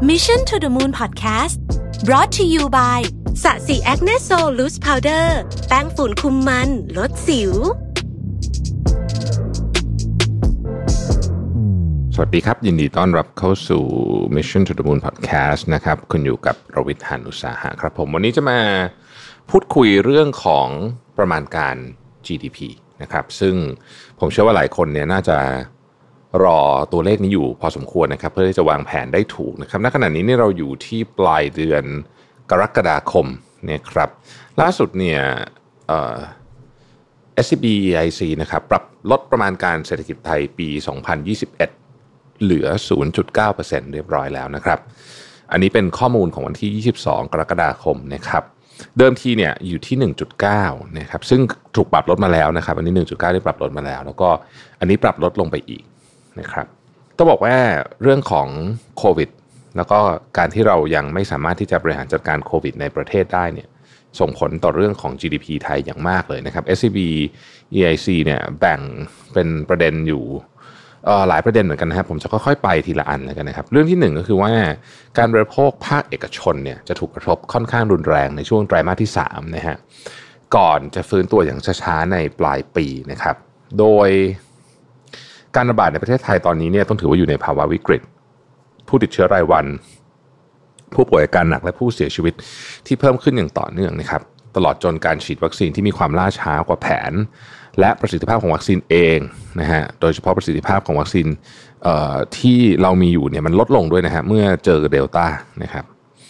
Mission to the Moon Podcast brought to you by สะสีแอคเนสโซลูสพาวเดอร์แป้งฝุ่นคุมมันลดสิวสวัสดีครับยินดีต้อนรับเข้าสู่ Mission to the Moon Podcast นะครับคุณอยู่กับรวิทย์ หาญอุตสาหะครับผมวันนี้จะมาพูดคุยเรื่องของประมาณการ GDP นะครับซึ่งผมเชื่อว่าหลายคนเนี่ยน่าจะรอตัวเลขนี้อยู่พอสมควรนะครับเพื่อที่จะวางแผนได้ถูกนะครับณขณะนี้เนี่ยเราอยู่ที่ปลายเดือนกรกฎาคมเนี่ยครับล่าสุดเนี่ยSCB EIC นะครับปรับลดประมาณการเศรษฐกิจไทยปี 2021 เหลือ 0.9% เรียบร้อยแล้วนะครับอันนี้เป็นข้อมูลของวันที่ 22 กรกฎาคมนะครับเดิมทีเนี่ยอยู่ที่ 1.9 นะครับซึ่งถูกปรับลดมาแล้วนะครับอันนี้ 1.9 ได้ปรับลดมาแล้วแล้วก็อันนี้ปรับลดลงไปอีกนะครับต้องบอกว่าเรื่องของโควิดแล้วก็การที่เรายังไม่สามารถที่จะบริหารจัดการโควิดในประเทศได้เนี่ยส่งผลต่อเรื่องของ GDP ไทยอย่างมากเลยนะครับ SCB EIC เนี่ยแบ่งเป็นประเด็นอยู่หลายประเด็นเหมือนกันนะครับผมจะค่อยๆไปทีละอันเลยกันนะครับเรื่องที่1ก็คือว่าการบริโภคภาคเอกชนเนี่ยจะถูกกระทบค่อนข้างรุนแรงในช่วงไตรมาสที่3นะฮะก่อนจะฟื้นตัวอย่างช้าๆในปลายปีนะครับโดยการระบาดในประเทศไทยตอนนี้เนี่ยต้องถือว่าอยู่ในภาวะวิกฤตผู้ติดเชื้อรายวันผู้ป่วยอาการหนักและผู้เสียชีวิตที่เพิ่มขึ้นอย่างต่อเนื่องนะครับตลอดจนการฉีดวัคซีนที่มีความล่าช้ากว่าแผนและประสิทธิภาพของวัคซีนเองนะฮะโดยเฉพาะประสิทธิภาพของวัคซีนที่เรามีอยู่เนี่ยมันลดลงด้วยนะฮะเมื่อเจอเดลต้านะครับ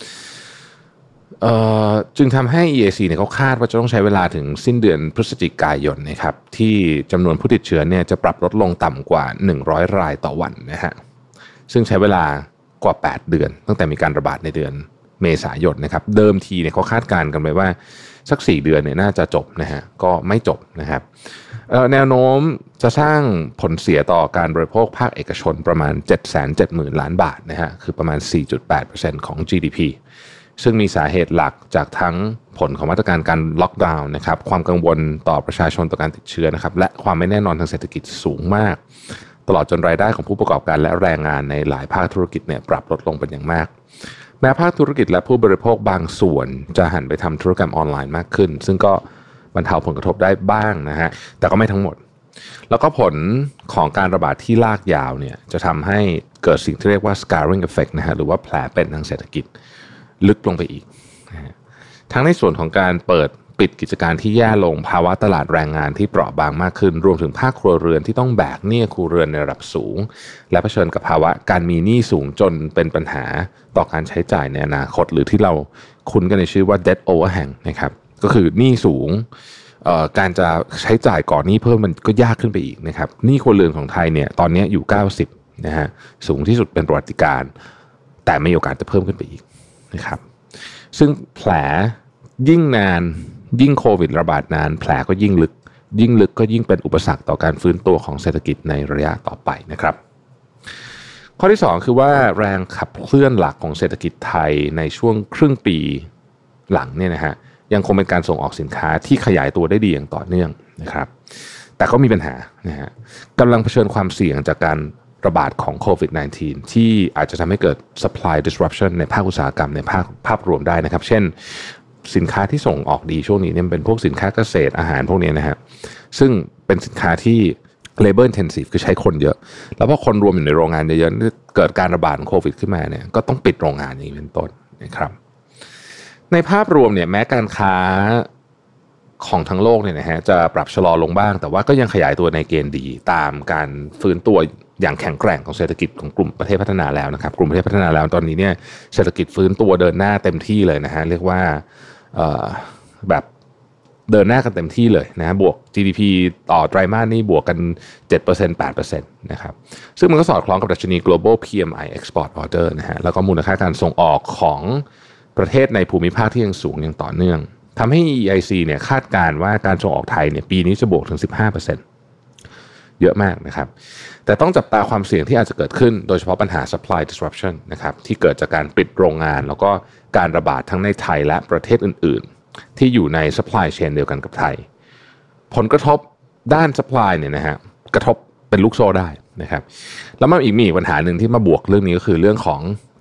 จึงทำให้ EIC เนี่ยเขาคาดว่าจะต้องใช้เวลาถึงสิ้นเดือนพฤศจิกายนนะครับที่จำนวนผู้ติดเชื้อเนี่ยจะปรับลดลงต่ำกว่า100รายต่อวันนะฮะซึ่งใช้เวลากว่า8เดือนตั้งแต่มีการระบาดในเดือนเมษายนนะครับเดิมทีเนี่ยเขาคาดการณ์กันไว้ว่าสัก4เดือนเนี่ยน่าจะจบนะฮะก็ไม่จบนะครับแนวโน้มจะสร้างผลเสียต่อการบริโภคภาคเอกชนประมาณ 770,000 ล้านบาทนะฮะคือประมาณ 4.8% ของ GDP ซึ่งมีสาเหตุหลักจากทั้งผลของมาตรการการล็อกดาวน์นะครับความกังวลต่อประชาชนต่อการติดเชื้อนะครับและความไม่แน่นอนทางเศรษฐกิจสูงมากตลอดจนรายได้ของผู้ประกอบการและแรงงานในหลายภาคธุรกิจเนี่ยปรับลดลงเป็นอย่างมากแม้ภาคธุรกิจและผู้บริโภคบางส่วนจะหันไปทำธุรกรรมออนไลน์มากขึ้นซึ่งก็บรรเทาผลกระทบได้บ้างนะฮะแต่ก็ไม่ทั้งหมดแล้วก็ผลของการระบาดที่ลากยาวเนี่ยจะทำให้เกิดสิ่งที่เรียกว่า scarring effect นะฮะหรือว่าแผลเป็นทางเศรษฐกิจลึกลงไปอีกนะฮะทั้งในส่วนของการเปิดปิดกิจการที่แย่ลงภาวะตลาดแรงงานที่เปราะบางมากขึ้นรวมถึงภาคครัวเรือนที่ต้องแบกหนี้ครัวเรือนในระดับสูงและเผชิญกับภาวะการมีหนี้สูงจนเป็นปัญหาต่อการใช้จ่ายในอนาคตหรือที่เราคุ้นกันในชื่อว่า debt overhang นะครับก็คือหนี้สูงการจะใช้จ่ายก่อนหนี้เพิ่มมันก็ยากขึ้นไปอีกนะครับหนี้ครัวเรือนของไทยเนี่ยตอนนี้อยู่90นะฮะสูงที่สุดเป็นประวัติการณ์แต่มีโอกาสจะเพิ่มขึ้นไปอีกนะครับซึ่งแผลยิ่งนานยิ่งโควิดระบาดนานแผลก็ยิ่งลึกก็ยิ่งเป็นอุปสรรคต่อการฟื้นตัวของเศรษฐกิจในระยะต่อไปนะครับข้อที่2คือว่าแรงขับเคลื่อนหลักของเศรษฐกิจไทยในช่วงครึ่งปีหลังเนี่ยนะฮะยังคงเป็นการส่งออกสินค้าที่ขยายตัวได้ดีอย่างต่อเนื่องนะครับแต่ก็มีปัญหานะฮะกำลังเผชิญความเสี่ยงจากการระบาดของโควิด -19 ที่อาจจะทำให้เกิด supply disruption ในภาคอุตสาหกรรมในภาพรวมได้นะครับเช่นสินค้าที่ส่งออกดีช่วงนี้เนี่ยเป็นพวกสินค้าเกษตรอาหารพวกนี้นะฮะซึ่งเป็นสินค้าที่ labor intensive คือใช้คนเยอะแล้วพอคนรวมอยู่ในโรงงานเยอะๆเกิดการระบาดของโควิดขึ้นมาเนี่ยก็ต้องปิดโรงงานอย่างนี้เป็นต้นนะครับในภาพรวมเนี่ยแม้การค้าของทั้งโลกเนี่ยนะฮะจะปรับชะลอลงบ้างแต่ว่าก็ยังขยายตัวในเกณฑ์ดีตามการฟื้นตัวอย่างแข็งแกร่งของเศรษฐกิจของกลุ่มประเทศพัฒนาแล้วนะครับกลุ่มประเทศพัฒนาแล้วตอนนี้เนี่ยเศรษฐกิจฟื้นตัวเดินหน้าเต็มที่เลยนะฮะเรียกว่าแบบเดินหน้ากันเต็มที่เลยนะบวก GDP ต่อไตรมาสนี่บวกกัน 7% 8% นะครับซึ่งมันก็สอดคล้องกับดัชนี Global PMI Export Order นะฮะแล้วก็มูลค่าการส่งออกของประเทศในภูมิภาคที่ยังสูงอย่างต่อเนื่องทำให้ EIC เนี่ยคาดการณ์ว่าการส่งออกไทยเนี่ยปีนี้จะบวกถึง 15% เยอะมากนะครับแต่ต้องจับตาความเสี่ยงที่อาจจะเกิดขึ้นโดยเฉพาะปัญหา supply disruption นะครับที่เกิดจากการปิดโรงงานแล้วก็การระบาดทั้งในไทยและประเทศอื่นๆที่อยู่ใน supply chain เดียวกันกับไทยผลกระทบด้าน supply เนี่ยนะฮะกระทบเป็นลูกโซ่ได้นะครับแล้วมันมีอีกปัญหาหนึ่งที่มาบวกเรื่องนี้ก็คือเรื่องของ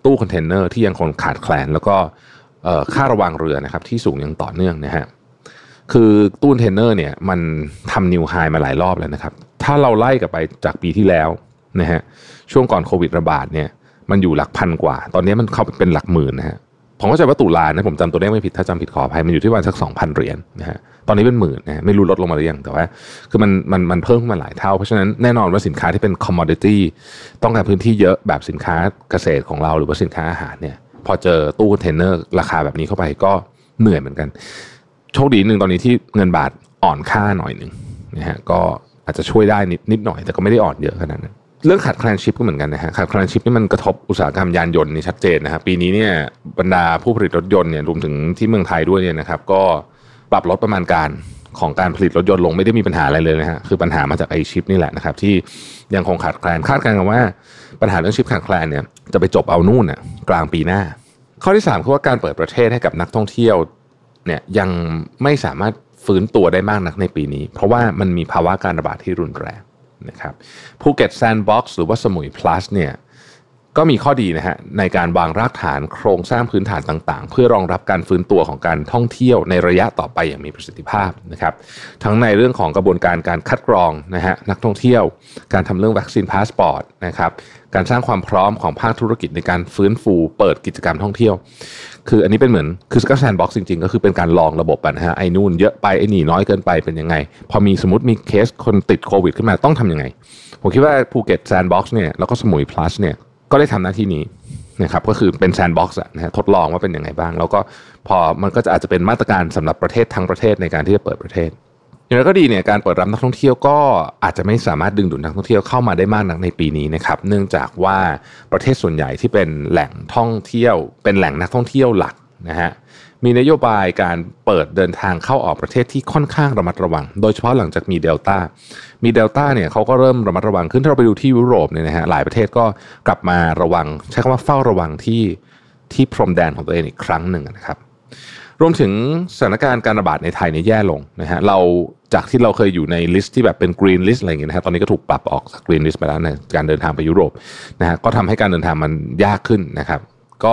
ตู้คอนเทนเนอร์ที่ยังคงขาดแคลนแล้วก็ค่าระวางเรือนะครับที่สูงอย่างต่อเนื่องนะฮะคือตู้คอนเทนเนอร์เนี่ยมันทำนิวไฮมาหลายรอบแล้วนะครับถ้าเราไล่กลับไปจากปีที่แล้วนะฮะช่วงก่อนโควิดระบาดเนี่ยมันอยู่หลักพันกว่าตอนนี้มันเข้าเป็นหลักหมื่นนะฮะผมเข้าใจว่าตุลานะผมจำตัวเลขไม่ผิดถ้าจำผิดขออภัยมันอยู่ที่ประมาณสัก 2,000 เหรียญนะฮะตอนนี้เป็นหมื่นนะไม่รู้ลดลงมาหรือยังแต่ว่าคือมันเพิ่มขึ้นมาหลายเท่าเพราะฉะนั้นแน่นอนว่าสินค้าที่เป็นคอมมอดิตี้ต้องการพื้นที่เยอะแบบสินค้าเกษตรของเราหรือว่าสินค้าอาหารเนี่ยพอเจอตู้คอนเทนเนอร์ราคาแบบนี้เข้าไปก็เหนื่อยเหมือนกันโชคดีนึงตอนนี้ที่เงินบาทอ่อนค่าหน่อยนึงนะฮะก็อาจจะช่วยได้นิดหน่อยแต่ก็ไม่ได้อ่อนเยอะขนาดนั้นเรื่องขาดแคลนชิปก็เหมือนกันนะฮะขาดแคลนชิปนี่มันกระทบอุตสาหกรรมยานยนต์นี่ชัดเจนนะครับปีนี้เนี่ยบรรดาผู้ผลิตรถยนต์เนี่ยรวมถึงที่เมืองไทยด้วยเนี่ยนะครับก็ปรับลดประมาณการของการผลิตรถยนต์ลงไม่ได้มีปัญหาอะไรเลยนะฮะคือปัญหามาจากไอชิปนี่แหละนะครับที่ยังคงขาดแคลนคาดการณ์กันว่าปัญหาเรื่องชิปขาดแคลนเนี่ยจะไปจบเอานู่นน่ะกลางปีหน้าข้อที่3คือว่าการเปิดประเทศให้กับนักท่องเที่ยวเนี่ยยังไม่สามารถฟื้นตัวได้มากนักในปีนี้เพราะว่ามันมีภาวะการระบาดที่รุนแรงนะครับภูเก็ตแซนด์บ็อกซ์หรือว่าสมุยพลัสเนี่ยก็มีข้อดีนะฮะในการวางรากฐานโครงสร้างพื้นฐานต่างๆเพื่อรองรับการฟื้นตัวของการท่องเที่ยวในระยะต่อไปอย่างมีประสิทธิภาพนะครับทั้งในเรื่องของกระบวนการคัดกรองนะฮะนักท่องเที่ยวการทำเรื่องวัคซีนพาสปอร์ตนะครับการสร้างความพร้อมของภาคธุรกิจในการฟื้นฟูเปิดกิจกรรมท่องเที่ยวคืออันนี้เป็นเหมือนคือก็แซนด์บ็อกซ์จริงๆก็คือเป็นการลองระบบนะฮะไอ้นู่นเยอะไปไอ้นี่น้อยเกินไปเป็นยังไงพอมีสมมติมีเคสคนติดโควิดขึ้นมาต้องทำยังไงผมคิดว่าภูเก็ตแซนด์บ็อกซ์เนี่ยแล้วก็สมุยพลัสเนี่ยก็ได้ทำหน้าที่นี้นะครับก็คือเป็นแซนด์บ็อกซ์นะฮะทดลองว่าเป็นยังไงบ้างแล้วก็พอมันก็จะอาจจะเป็นมาตรการสำหรับประเทศทั้งประเทศในการที่จะเปิดประเทศอย่างไรก็ดีเนี่ยการเปิดรับนักท่องเที่ยวก็อาจจะไม่สามารถดึงดูดนักท่องเที่ยวเข้ามาได้มากนักในปีนี้นะครับเนื่องจากว่าประเทศส่วนใหญ่ที่เป็นแหล่งท่องเที่ยวเป็นแหล่งนักท่องเที่ยวหลักนะฮะมีนโยบายการเปิดเดินทางเข้าออกประเทศที่ค่อนข้างระมัดระวังโดยเฉพาะหลังจากมีเดลต้าเนี่ยเขาก็เริ่มระมัดระวังขึ้นถ้าเราไปดูที่ยุโรปเนี่ยนะฮะหลายประเทศก็กลับมาระวังใช้คำว่าเฝ้าระวังที่พรมแดนของตัวเองอีกครั้งหนึ่งนะครับรวมถึงสถานการณ์การระบาดในไทยเนี่ยแย่ลงนะฮะเราจากที่เราเคยอยู่ในลิสต์ที่แบบเป็นกรีนลิสต์อะไรอย่างเงี้ยนะฮะตอนนี้ก็ถูกปรับออกจากกรีนลิสต์ไปแล้วในการเดินทางไปยุโรปนะฮะก็ทำให้การเดินทางมันยากขึ้นนะครับก็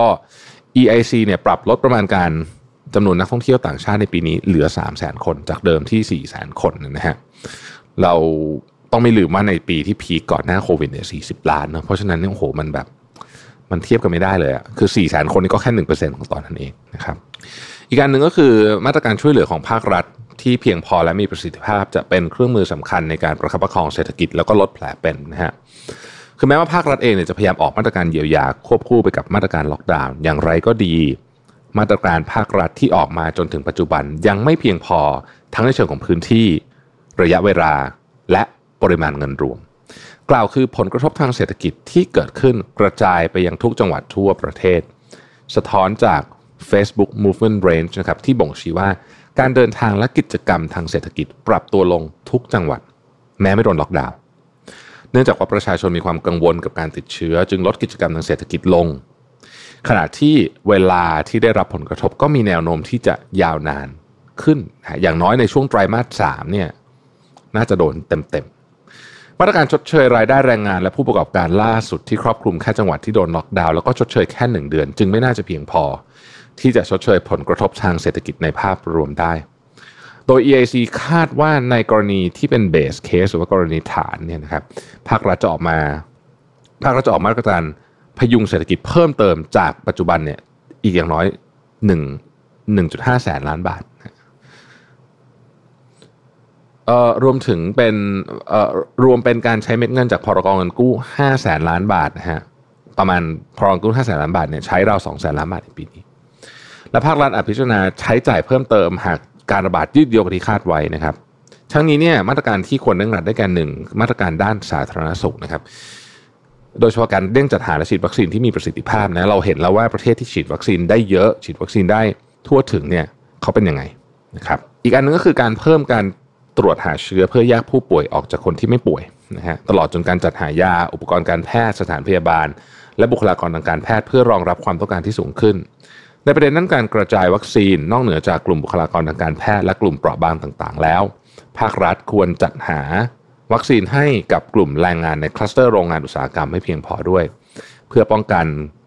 EIC เนี่ยปรับลดประมาณการจำนวนนักท่องเที่ยวต่างชาติในปีนี้เหลือ 300,000 คนจากเดิมที่ 400,000 คนนะฮะเราต้องไม่ลืมว่าในปีที่พีคก่อนหน้าโควิดเนี่ย40 ล้านนะเพราะฉะนั้นเนี่ยโอ้โหมันเทียบกันไม่ได้เลยอ่ะคือ 400,000 คนนี่ก็แค่ 1% ของตอนนั้นเองนะครับอีกการหนึ่งก็คือมาตรการช่วยเหลือของภาครัฐที่เพียงพอและมีประสิทธิภาพจะเป็นเครื่องมือสำคัญในการประคับประคองเศรษฐกิจแล้วก็ลดแผลเป็นนะฮะคือแม้ว่าภาครัฐเองเนี่ยจะพยายามออกมาตรการเยียวยาควบคู่ไปกับมาตรการล็อกดาวน์อย่างไรก็ดีมาตรการภาครัฐที่ออกมาจนถึงปัจจุบันยังไม่เพียงพอทั้งในเชิงของพื้นที่ระยะเวลาและปริมาณเงินรวมกล่าวคือผลกระทบทางเศรษฐกิจที่เกิดขึ้นกระจายไปยังทุกจังหวัดทั่วประเทศสะท้อนจาก Facebook Movement Range นะครับที่บ่งชี้ว่าการเดินทางและกิจกรรมทางเศรษฐกิจปรับตัวลงทุกจังหวัดแม้ไม่โดนล็อกดาวน์เนื่องจากว่าประชาชนมีความกังวลกับการติดเชื้อจึงลดกิจกรรมทางเศรษฐกิจลงขณะที่เวลาที่ได้รับผลกระทบก็มีแนวโน้มที่จะยาวนานขึ้นอย่างน้อยในช่วงไตรมาส 3เนี่ยน่าจะโดนเต็มๆมาตรการชดเชยรายได้แรงงานและผู้ประกอบการล่าสุดที่ครอบคลุมแค่จังหวัดที่โดนล็อกดาวน์แล้วก็ชดเชยแค่1 เดือนจึงไม่น่าจะเพียงพอที่จะชดเชยผลกระทบทางเศรษฐกิจในภาพรวมได้โดย EIC คาดว่าในกรณีที่เป็นเบสเคสหรือว่ากรณีฐานเนี่ยนะครับภาครัฐจะออกมาตรการพยุงเศรษฐกิจเพิ่มเติมจากปัจจุบันเนี่ยอีกอย่างน้อย 1.5 แสนล้านบาทรวมถึงเป็นรวมเป็นการใช้เม็ดเงินจากพรก.เงินกู้5 แสนล้านบาทนะฮะประมาณพรก.กู้5 แสนล้านบาทเนี่ยใช้ราว2 แสนล้านบาทในปีนี้และภาครัฐอาจพิจารณาใช้จ่ายเพิ่มเติมหากการระบาดยืดเยื้อกว่าที่คาดไว้นะครับทั้งนี้เนี่ยมาตรการที่ควรเร่งรัดได้แก่1มาตรการด้านสาธารณสุขนะครับโดยเฉพาะการเร่งจัดหาและฉีดวัคซีนที่มีประสิทธิภาพนะเราเห็นแล้วว่าประเทศที่ฉีดวัคซีนได้เยอะฉีดวัคซีนได้ทั่วถึงเนี่ยเขาเป็นยังไงนะครับอีกอันนึงก็คือการเพิ่มการตรวจหาเชื้อเพื่อแยกผู้ป่วยออกจากคนที่ไม่ป่วยนะฮะตลอดจนการจัดหายาอุปกรณ์การแพทย์สถานพยาบาลและบุคลากรทางการแพทย์เพื่อรองรับความต้องการที่สูงขึ้นในประเด็นนั้นการกระจายวัคซีนนอกเหนือจากกลุ่มบุคลากรทางการแพทย์และกลุ่มเปราะบางต่างๆแล้วภาครัฐควรจัดหาวัคซีนให้กับกลุ่มแรงงานในคลัสเตอร์โรงงานอุตสาหกรรมให้เพียงพอด้วยเพื่อป้องกัน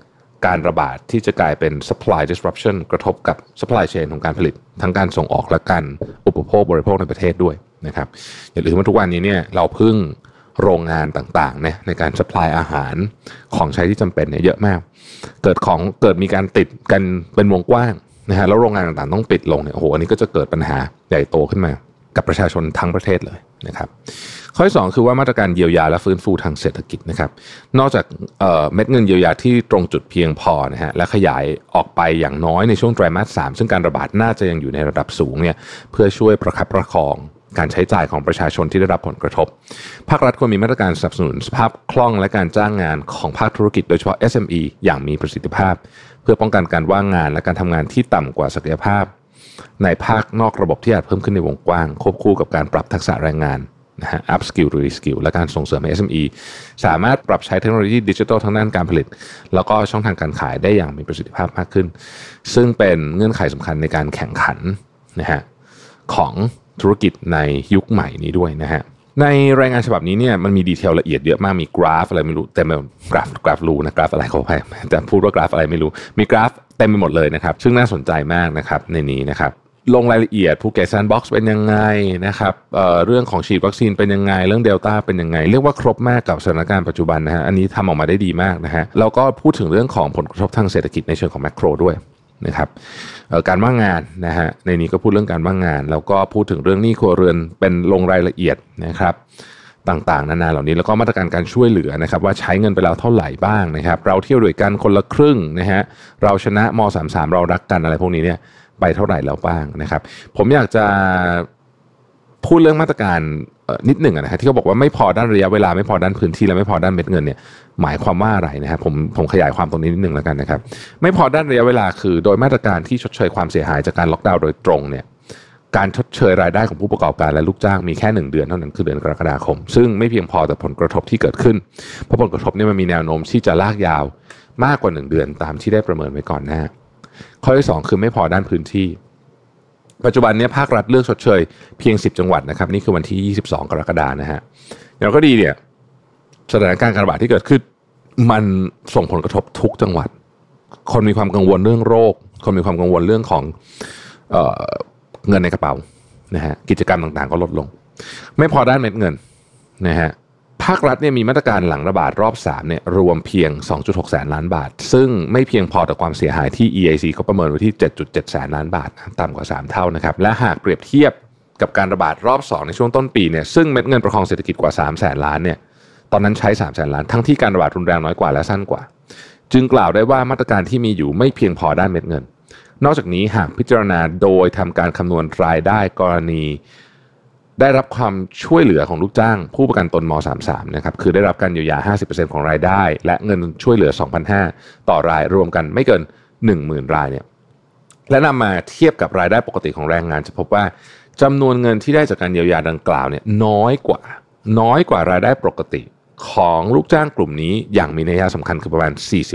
การระบาดที่จะกลายเป็น supply disruption กระทบกับ supply chain ของการผลิตทั้งการส่งออกและการอุปโภคบริโภคในประเทศด้วยนะครับอย่าลืมว่าทุกวันนี้เนี่ยเราพึ่งโรงงานต่างๆเนี่ยในการ supply อาหารของใช้ที่จำเป็นเนี่ยเยอะมากเกิดมีการติดกันเป็นวงกว้างนะฮะแล้วโรงงานต่างๆต้องปิดลงเนี่ยโอ้โหอันนี้ก็จะเกิดปัญหาใหญ่โตขึ้นมากับประชาชนทั้งประเทศเลยนะครับข้อที่2คือว่ามาตรการเยียวยาและฟื้นฟูทางเศรษฐกิจนะครับนอกจากเม็ดเงินเยียวยาที่ตรงจุดเพียงพอนะฮะและขยายออกไปอย่างน้อยในช่วงไตรมาส 3ซึ่งการระบาดน่าจะยังอยู่ในระดับสูงเนี่ยเพื่อช่วยประคับประคองการใช้จ่ายของประชาชนที่ได้รับผลกระทบภาครัฐควรมีมาตรการสนับสนุนสภาพคล่องและการจ้างงานของภาคธุรกิจโดยเฉพาะ SME อย่างมีประสิทธิภาพเพื่อป้องกันการว่างงานและการทำงานที่ต่ำกว่าศักยภาพในภาคนอกระบบที่อาจเพิ่มขึ้นในวงกว้างควบคู่กับการปรับทักษะแรงงานนะฮะ up skill หรือ re skill และการส่งเสริมให้ SME สามารถปรับใช้เทคโนโลยีดิจิทัลทางด้านการผลิตแล้วก็ช่องทางการขายได้อย่างมีประสิทธิภาพมากขึ้นซึ่งเป็นเงื่อนไขสำคัญในการแข่งขันนะฮะของธุรกิจในยุคใหม่นี้ด้วยนะฮะในรายงานฉบับนี้เนี่ยมันมีดีเทลละเอียดเยอะมากมีกราฟอะไรไม่รู้เต็มไปหมดกราฟรู้นะกราฟอะไรเขาไปแต่พูดว่ากราฟอะไรไม่รู้มีกราฟเต็มไปหมดเลยนะครับซึ่งน่าสนใจมากนะครับในนี้นะครับลงรายละเอียดภูเก็ตแซนด์บ็อกซ์เป็นยังไงนะครับเรื่องของฉีดวัคซีนเป็นยังไงเรื่องเดลต้าเป็นยังไงเรียกว่าครบมากกับสถานการณ์ปัจจุบันนะฮะอันนี้ทำออกมาได้ดีมากนะฮะแล้วก็พูดถึงเรื่องของผลกระทบทางเศรษฐกิจในเชิงของแมคโครด้วยนะครับการว่างงานนะฮะในนี้ก็พูดเรื่องการว่างงานแล้วก็พูดถึงเรื่องหนี้ครัวเรือนเป็นลงรายละเอียดนะครับต่างๆนานาเหล่านี้แล้วก็มาตรการการช่วยเหลือนะครับว่าใช้เงินไปแล้วเท่าไหร่บ้างนะครับเราเที่ยวด้วยกันคนละครึ่งนะฮะเราชนะม.33เรารักกันอะไรพวกนี้เนี่ยไปเท่าไหร่แล้วบ้างนะครับผมอยากจะพูดเรื่องมาตรการนิดหนึ่งนะฮะที่เขาบอกว่าไม่พอด้านระยะเวลาไม่พอด้านพื้นที่และไม่พอด้านเม็ดเงินเนี่ยหมายความว่าอะไรนะครับผมขยายความตรงนี้นิดหนึ่งแล้วกันนะครับไม่พอด้านระยะเวลาคือโดยมาตรการที่ชดเชยความเสียหายจากการล็อกดาวน์โดยตรงเนี่ยการชดเชยรายได้ของผู้ประกอบการและลูกจ้างมีแค่1เดือนเท่านั้นคือเดือนกรกฎาคมซึ่งไม่เพียงพอต่อผลกระทบที่เกิดขึ้นเพราะผลกระทบเนี่ยมันมีแนวโน้มที่จะลากยาวมากกว่า1เดือนตามที่ได้ประเมินไว้ก่อนหน้าข้อที่2คือไม่พอด้านพื้นที่ปัจจุบันนี้ภาครัฐเลือกชดเชยเพียง10จังหวัดนะครับนี่คือวันที่22กรกฎาคมนะฮะอย่างก็ดีเนี่ยสถานการณ์การระบาดที่เกิดขึ้นมันส่งผลกระทบทุกจังหวัดคนมีความกังวลเรื่องโรคคนมีความกังวลเรื่องของเงินในกระเป๋านะฮะกิจกรรมต่างๆก็ลดลงไม่พอด้านเม็ดเงินนะฮะภาครัฐเนี่ยมีมาตรการหลังระบาดรอบ3เนี่ยรวมเพียง 2.6 แสนล้านบาทซึ่งไม่เพียงพอต่อความเสียหายที่ EAC เขาประเมินไว้ที่ 7.7 แสนล้านบาทต่ำกว่า3เท่านะครับและหากเปรียบเทียบกับการระบาดรอบ2ในช่วงต้นปีเนี่ยซึ่งเม็ดเงินประคองเศรษฐกิจกว่า3แสนล้านเนี่ยตอนนั้นใช้3แสนล้านทั้งที่การระบาดรุนแรงน้อยกว่าและสั้นกว่าจึงกล่าวได้ว่ามาตรการที่มีอยู่ไม่เพียงพอด้านเม็ดเงินนอกจากนี้หากพิจารณาโดยทำการคำนวณรายได้กรณีได้รับความช่วยเหลือของลูกจ้างผู้ประกันตนม.33 นะครับคือได้รับการเยียวยา 50% ของรายได้และเงินช่วยเหลือ 2,500 ต่อรายรวมกันไม่เกิน 10,000 รายเนี่ยและนำมาเทียบกับรายได้ปกติของแรงงานจะพบว่าจำนวนเงินที่ได้จากการเยียวยาดังกล่าวเนี่ยน้อยกว่ารายได้ปกติของลูกจ้างกลุ่มนี้อย่างมีนัยสำคัญคือประมาณ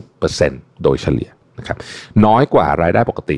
40% โดยเฉลี่ยนะครับน้อยกว่ารายได้ปกติ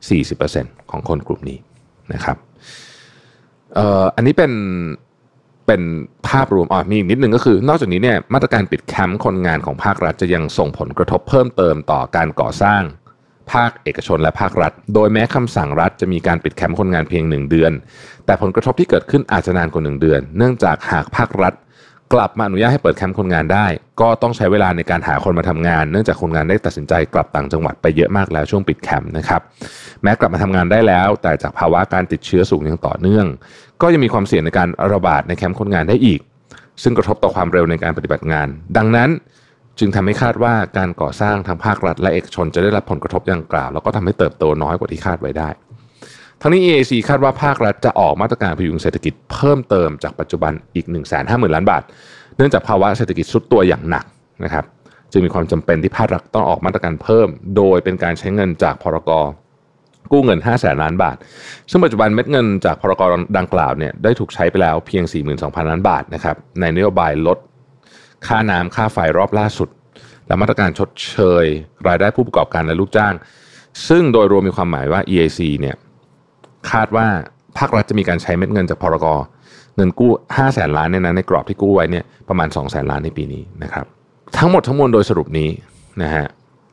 40% ของคนกลุ่มนี้นะครับอันนี้เป็นภาพรวมมีอีกนิดนึงก็คือนอกจากนี้เนี่ยมาตรการปิดแคมป์คนงานของภาครัฐจะยังส่งผลกระทบเพิ่มเติมต่อการก่อสร้างภาคเอกชนและภาครัฐโดยแม้คำสั่งรัฐจะมีการปิดแคมป์คนงานเพียง1เดือนแต่ผลกระทบที่เกิดขึ้นอาจจะนานกว่า1เดือนเนื่องจากหากภาครัฐกลับมาอนุญาตให้เปิดแคมป์คนงานได้ก็ต้องใช้เวลาในการหาคนมาทำงานเนื่องจากคนงานได้ตัดสินใจกลับต่างจังหวัดไปเยอะมากแล้วช่วงปิดแคมป์นะครับแม้กลับมาทำงานได้แล้วแต่จากภาวะการติดเชื้อสูงอย่างต่อเนื่องก็ยังมีความเสี่ยงในการระบาดในแคมป์คนงานได้อีกซึ่งกระทบต่อความเร็วในการปฏิบัติงานดังนั้นจึงทำให้คาดว่าการก่อสร้างทางภาครัฐและเอกชนจะได้รับผลกระทบดังกล่าวแล้วก็ทำให้เติบโตน้อยกว่าที่คาดไว้ได้ทั้งนี้ EAC คาดว่าภาครัฐจะออกมาตรการพยุงเศรษฐกิจเพิ่มเติมจากปัจจุบันอีก 150,000 ล้านบาทเนื่องจากภาวะเศรษฐกิจทรุดตัวอย่างหนักนะครับจึงมีความจำเป็นที่ภาครัฐต้องออกมาตรการเพิ่มโดยเป็นการใช้เงินจากพรก.กู้เงิน 500,000 ล้านบาทซึ่งปัจจุบันเม็ดเงินจากพรก.ดังกล่าวเนี่ยได้ถูกใช้ไปแล้วเพียง 42,000 ล้านบาทนะครับในนโยบายลดค่าน้ำค่าไฟรอบล่าสุดและมาตรการชดเชยรายได้ผู้ประกอบการและลูกจ้างซึ่งโดยรวมมีความหมายว่า EAC เนี่ยคาดว่าภาครัฐจะมีการใช้เม็ดเงินจากพรก.เงินกู้ 500,000 ล้านเนี่ยนะในกรอบที่กู้ไว้เนี่ยประมาณ 200,000 ล้านในปีนี้นะครับทั้งหมดทั้งมวลโดยสรุปนี้นะฮะ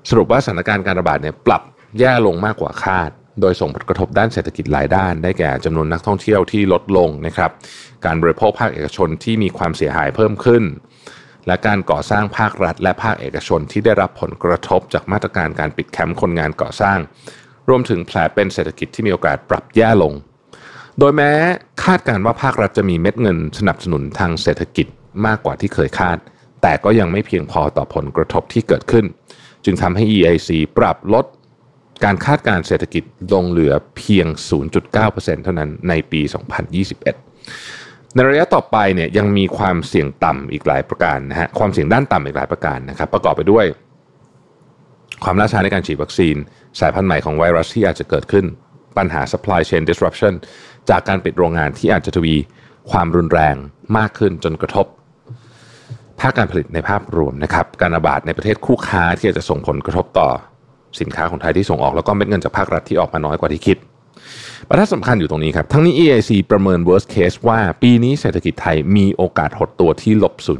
สรุปว่าสถานการณ์การระบาดเนี่ยปรับแย่ลงมากกว่าคาดโดยส่งผลกระทบด้านเศรษฐกิจหลายด้านได้แก่จำนวนนักท่องเที่ยวที่ลดลงนะครับการบริโภคภาคเอกชนที่มีความเสียหายเพิ่มขึ้นและการก่อสร้างภาครัฐและภาคเอกชนที่ได้รับผลกระทบจากมาตรการการปิดแคมป์คนงานก่อสร้างรวมถึงแผลเป็นเศรษฐกิจที่มีโอกาสปรับแย่ลงโดยแม้คาดการณ์ว่าภาครัฐจะมีเม็ดเงินสนับสนุนทางเศรษฐกิจมากกว่าที่เคยคาดแต่ก็ยังไม่เพียงพอต่อผลกระทบที่เกิดขึ้นจึงทำให้ EIC ปรับลดการคาดการณ์เศรษฐกิจลงเหลือเพียง 0.9% เท่านั้นในปี 2021 ในระยะต่อไปเนี่ยยังมีความเสี่ยงต่ำอีกหลายประการนะฮะความเสี่ยงด้านต่ำอีกหลายประการนะครับประกอบไปด้วยความล่าช้าในการฉีดวัคซีนสายพันธุ์ใหม่ของไวรัสที่อาจจะเกิดขึ้นปัญหา supply chain disruption จากการปิดโรงงานที่อาจจะทวีความรุนแรงมากขึ้นจนกระทบภาคการผลิตในภาพรวมนะครับการระบาดในประเทศคู่ค้าที่อาจจะส่งผลกระทบต่อสินค้าของไทยที่ส่งออกแล้วก็เม็ดเงินจากภาครัฐที่ออกมาน้อยกว่าที่คิดประเด็นสำคัญอยู่ตรงนี้ครับทั้งนี้ EIC ประเมิน worst case ว่าปีนี้เศรษฐกิจไทยมีโอกาสหดตัวที่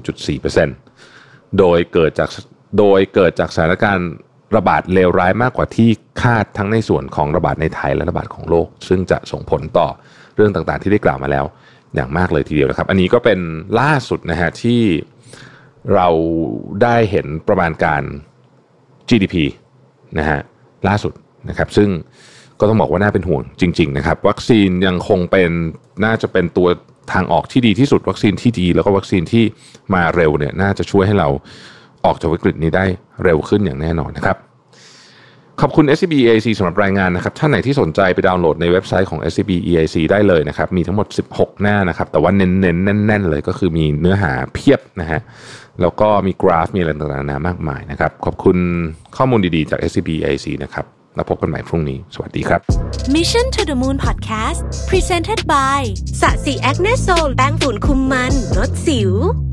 -0.4% โดยเกิดจากสถานการณ์ระบาดเลวร้ายมากกว่าที่คาดทั้งในส่วนของระบาดในไทยและระบาดของโลกซึ่งจะส่งผลต่อเรื่องต่างๆที่ได้กล่าวมาแล้วอย่างมากเลยทีเดียวนะครับอันนี้ก็เป็นล่าสุดนะฮะที่เราได้เห็นประมาณการ GDP นะฮะล่าสุดนะครับซึ่งก็ต้องบอกว่าน่าเป็นห่วงจริงๆนะครับวัคซีนยังคงเป็นน่าจะเป็นตัวทางออกที่ดีที่สุดวัคซีนที่ดีแล้วก็วัคซีนที่มาเร็วเนี่ยน่าจะช่วยให้เราออกจากวิกฤตนี้ได้เร็วขึ้นอย่างแน่นอนนะครับขอบคุณ SCB EIC สำหรับรายงานนะครับท่านไหนที่สนใจไปดาวน์โหลดในเว็บไซต์ของ SCB EIC ได้เลยนะครับมีทั้งหมด16หน้านะครับแต่ว่าเน้นแน่นๆเลยก็คือมีเนื้อหาเพียบนะฮะแล้วก็มีกราฟมีอะไรต่างๆนามากมายนะครับขอบคุณข้อมูลดีๆจาก SCB EIC นะครับแล้วพบกันใหม่พรุ่งนี้สวัสดีครับ Mission to the Moon Podcast Presented by สะสีแอคเนสโซลแป้งฝุ่นคุมมันลดสิว